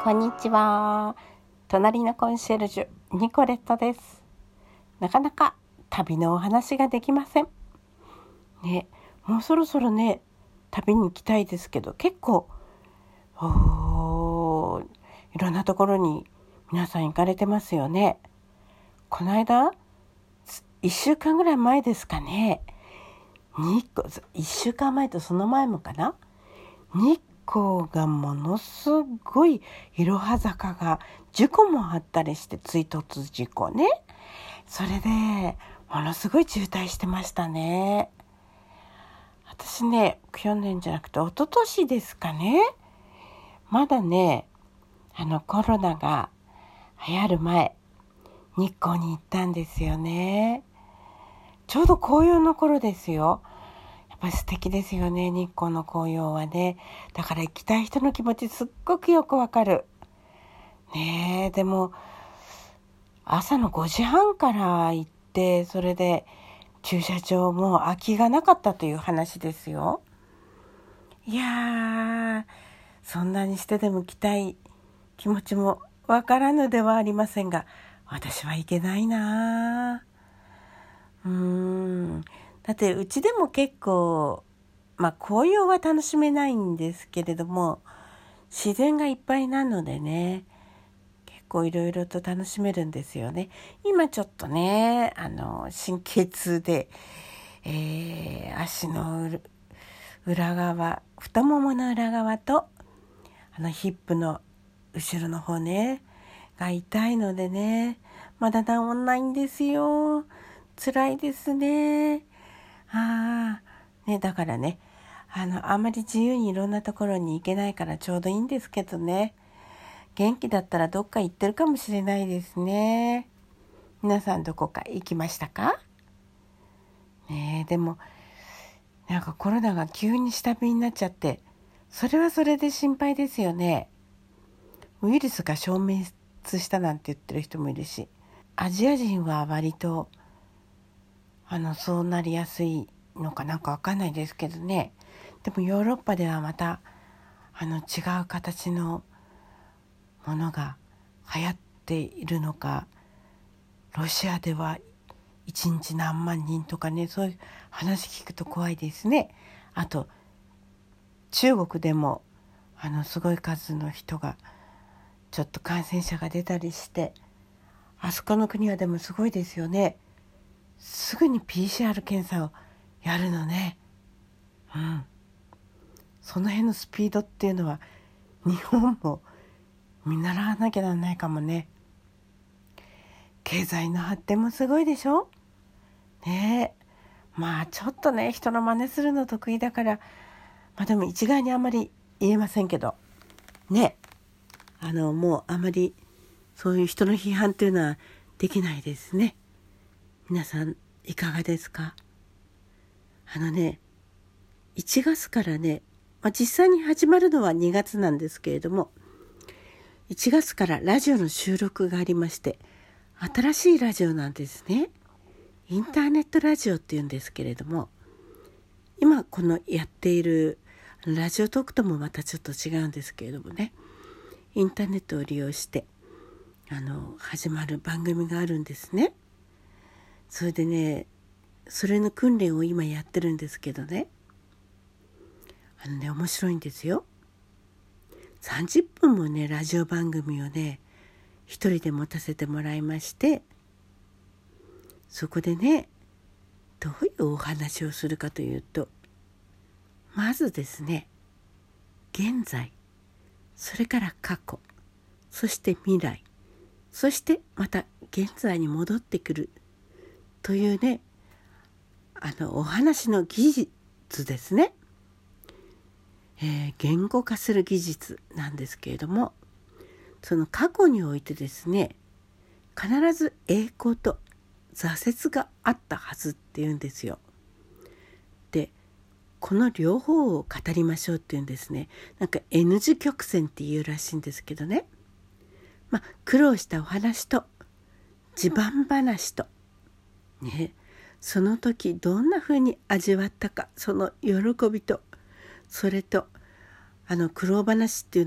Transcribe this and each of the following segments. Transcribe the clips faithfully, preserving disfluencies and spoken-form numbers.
こんにちは。隣のコンシェルジュニコレットです。なかなか旅のお話ができませんね。もうそろそろね旅に行きたいですけど、結構おいろんなところに皆さん行かれてますよね。この間いっしゅうかんぐらい前ですかね、日光いっしゅうかんまえとその前もかな、日光がものすごいいろは坂が事故もあったりして、追突事故ね、それでものすごい渋滞してましたね。私ね、去年じゃなくて一昨年ですかね、まだねあのコロナが流行る前、日光に行ったんですよね。ちょうど紅葉の頃ですよ。やっぱり素敵ですよね、日光の紅葉はね。だから行きたい人の気持ちすっごくよくわかるね。えでも朝のごじはんから行って、それで駐車場も空きがなかったという話ですよ。いやー、そんなにしてでも来たい気持ちもわからぬではありませんが、私は行けないな。うーんだってうちでも結構、まあ紅葉は楽しめないんですけれども、自然がいっぱいなのでね、結構いろいろと楽しめるんですよね。今ちょっとね、あの神経痛で、えー、足の裏側、太ももの裏側とあのヒップの後ろの方ねが痛いのでね、まだ治んないんですよ。辛いですね。ああ、ね、だからね、あのあんまり自由にいろんなところに行けないからちょうどいいんですけどね。元気だったらどっか行ってるかもしれないですね。皆さんどこか行きましたかね。えでもなんかコロナが急に下火になっちゃって、それはそれで心配ですよね。ウイルスが消滅したなんて言ってる人もいるし、アジア人は割とあのそうなりやすいのかなんかわかんないですけどね。でもヨーロッパではまたあの違う形のものが流行っているのか、ロシアではいちにち何万人とかね、そういう話聞くと怖いですね。あと中国でもあのすごい数の人がちょっと感染者が出たりして、あそこの国はでもすごいですよね。すぐに ピーシーアール 検査をやるのね。うん。その辺のスピードっていうのは日本も見習わなきゃならないかもね。経済の発展もすごいでしょね。えまあちょっとね人の真似するの得意だから、まあでも一概にあんまり言えませんけどね、あのもうあまりそういう人の批判っていうのはできないですね。皆さんいかがですか。あのねいちがつからね、まあ、実際に始まるのはにがつなんですけれども、いちがつからラジオの収録がありまして、新しいラジオなんですね。インターネットラジオっていうんですけれども、今このやっているラジオトークともまたちょっと違うんですけれどもね、インターネットを利用してあの始まる番組があるんですね。それでね、それの訓練を今やってるんですけどね、あのね面白いんですよ。さんじゅっぷんもねラジオ番組をね一人で持たせてもらいまして、そこでねどういうお話をするかというと、まずですね現在、それから過去、そして未来、そしてまた現在に戻ってくるというね、あのお話の技術ですね、えー、言語化する技術なんですけれども、その過去においてですね、必ず栄光と挫折があったはずっていうんですよ。でこの両方を語りましょうっていうんですね。なんか N 字曲線っていうらしいんですけどね、まあ苦労したお話と自慢話とね、その時どんな風に味わったか、その喜びと、それとあの苦労話っていうのは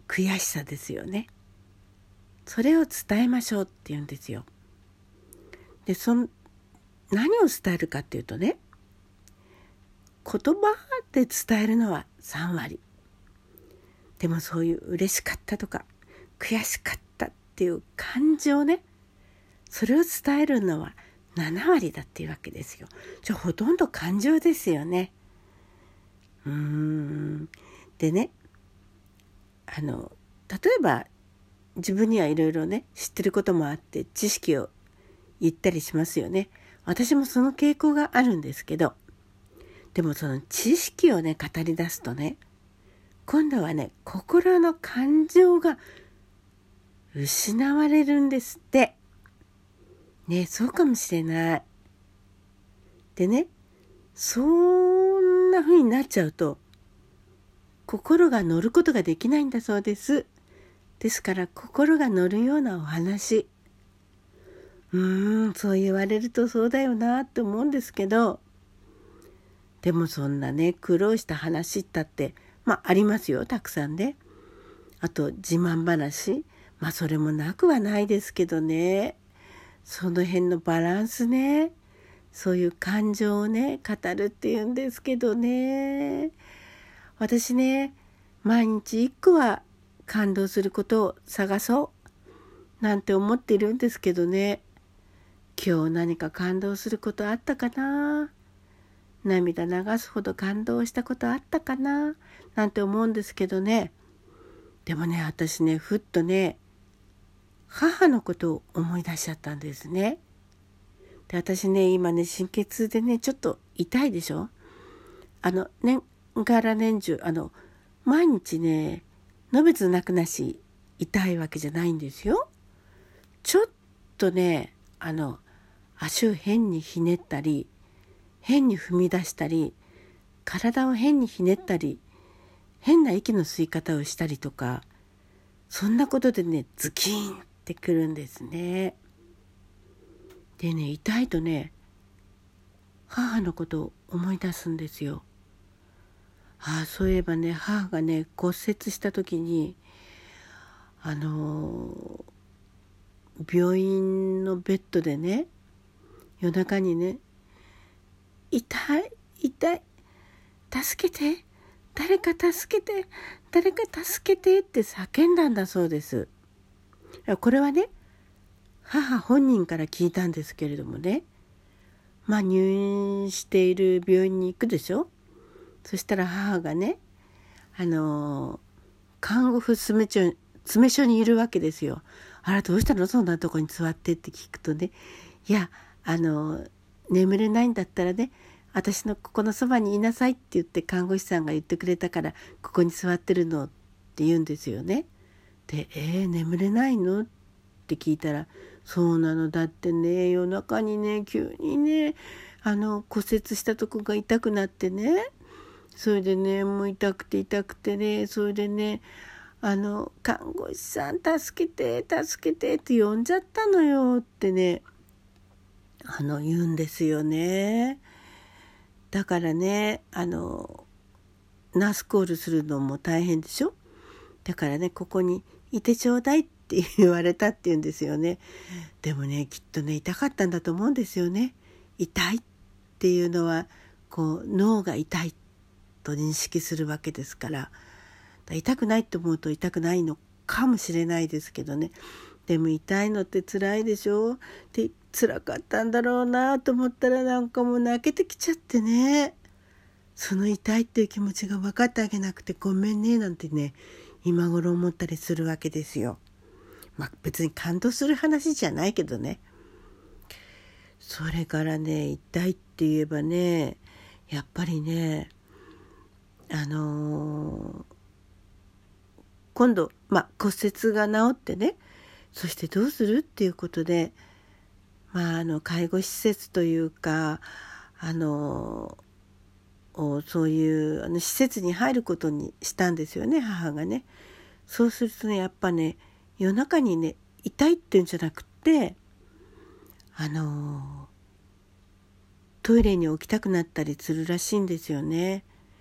悔しさですよね。それを伝えましょうって言うんですよ。で、そん何を伝えるかっていうとね、言葉で伝えるのはさんわり。でもそういう嬉しかったとか悔しかったっていう感情ね、それを伝えるのはななわりだっていうわけですよ。じゃあほとんど感情ですよね。うーんでね、あの例えば自分にはいろいろね知ってることもあって知識を言ったりしますよね。私もその傾向があるんですけど、でもその知識をね語り出すとね、今度はね心の感情が失われるんですってね。そうかもしれない。でね、そんな風になっちゃうと心が乗ることができないんだそうです。ですから心が乗るようなお話、うーんそう言われるとそうだよなって思うんですけど、でもそんなね苦労した話ったってまあありますよ、たくさんね。あと自慢話、まあそれもなくはないですけどね、その辺のバランスね、そういう感情をね語るっていうんですけどね、私ね毎日一個は感動することを探そうなんて思っているんですけどね、今日何か感動することあったかな、涙流すほど感動したことあったかななんて思うんですけどね。でもね私ねふっとね母のことを思い出しちゃったんですね。で私ね今ね神経痛でねちょっと痛いでしょ。あの年がら年中あの毎日ねのべつなくなし痛いわけじゃないんですよ。ちょっとねあの足を変にひねったり変に踏み出したり体を変にひねったり変な息の吸い方をしたりとか、そんなことでねズキーンってくるんですね。でね痛いとね母のことを思い出すんですよ。ああそういえばね母がね骨折した時にあのー、病院のベッドでね夜中にね痛い痛い助けて誰か助けて誰か助けてって叫んだんだそうです。これはね母本人から聞いたんですけれどもね、まあ入院している病院に行くでしょ。そしたら母がねあの看護婦詰め所詰め所にいるわけですよ。あらどうしたのそんなとこに座ってって聞くとね、いやあの眠れないんだったらね私のここのそばにいなさいって言って看護師さんが言ってくれたからここに座ってるのって言うんですよね。でえー、眠れないのって聞いたら、そうなのだってね夜中にね急にねあの骨折したとこが痛くなってね、それでねもう痛くて痛くてね、それでねあの看護師さん助けて助けてって呼んじゃったのよってねあの言うんですよね。だからねあのナースコールするのも大変でしょ。だからねここにいてちょうだいって言われたって言うんですよね。でもねきっとね痛かったんだと思うんですよね。痛いっていうのはこう脳が痛いと認識するわけですから、痛くないと思うと痛くないのかもしれないですけどね。でも痛いのって辛いでしょ。で辛かったんだろうなと思ったらなんかもう泣けてきちゃってね、その痛いっていう気持ちが分かってあげなくてごめんねなんてね今頃思ったりするわけですよ。まあ別に感動する話じゃないけどね。それからね痛いって言えばねやっぱりねあのー、今度まあ骨折が治ってね、そしてどうするっていうことでまああの介護施設というかあのそういうあの施設に入ることにしたんですよね母がね。そうするとねやっぱね夜中にね痛いっていうんじゃなくてあのトイレに起きたくなったりするらしいんですよね。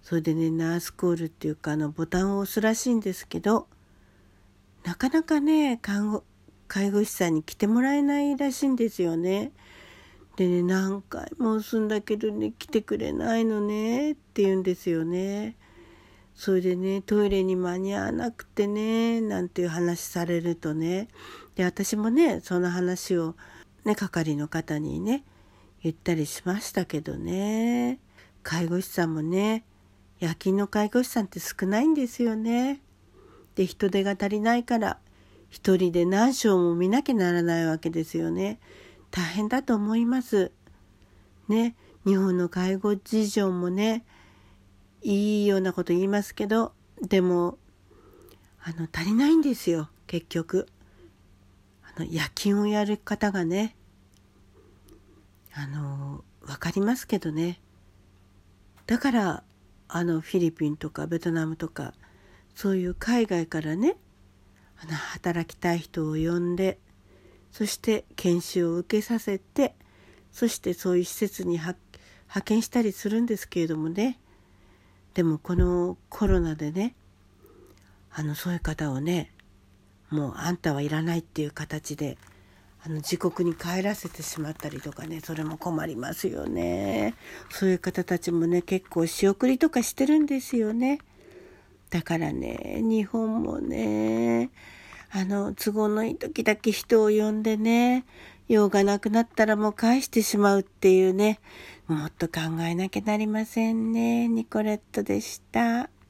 それでね、ナースコールっていうかあのボタンを押すらしいんですけど、なかなかね、看護介護士さんに来てもらえないらしいんですよね。でね、何回も押すんだけどね、来てくれないのねって言うんですよね。それでね、トイレに間に合わなくてね、なんていう話されるとね、で、私もね、その話をね、係の方にね、言ったりしましたけどね、介護士さんもね、夜勤の介護士さんって少ないんですよね。で、人手が足りないから、一人で何床も見なきゃならないわけですよね。大変だと思います。ね、日本の介護事情もね、いいようなこと言いますけど、でもあの足りないんですよ。結局あの夜勤をやる方がね、あの分かりますけどね。だからあのフィリピンとかベトナムとかそういう海外からね、あの働きたい人を呼んで、そして研修を受けさせて、そしてそういう施設に派遣したりするんですけれどもね。でもこのコロナでね、あのそういう方をね、もうあんたはいらないっていう形であの自国に帰らせてしまったりとかね、それも困りますよね。そういう方たちもね、結構仕送りとかしてるんですよね。だからね、日本もね、あの都合のいい時だけ人を呼んでね、用がなくなったらもう返してしまうっていうね、もっと考えなきゃなりませんね。ニコレットでした。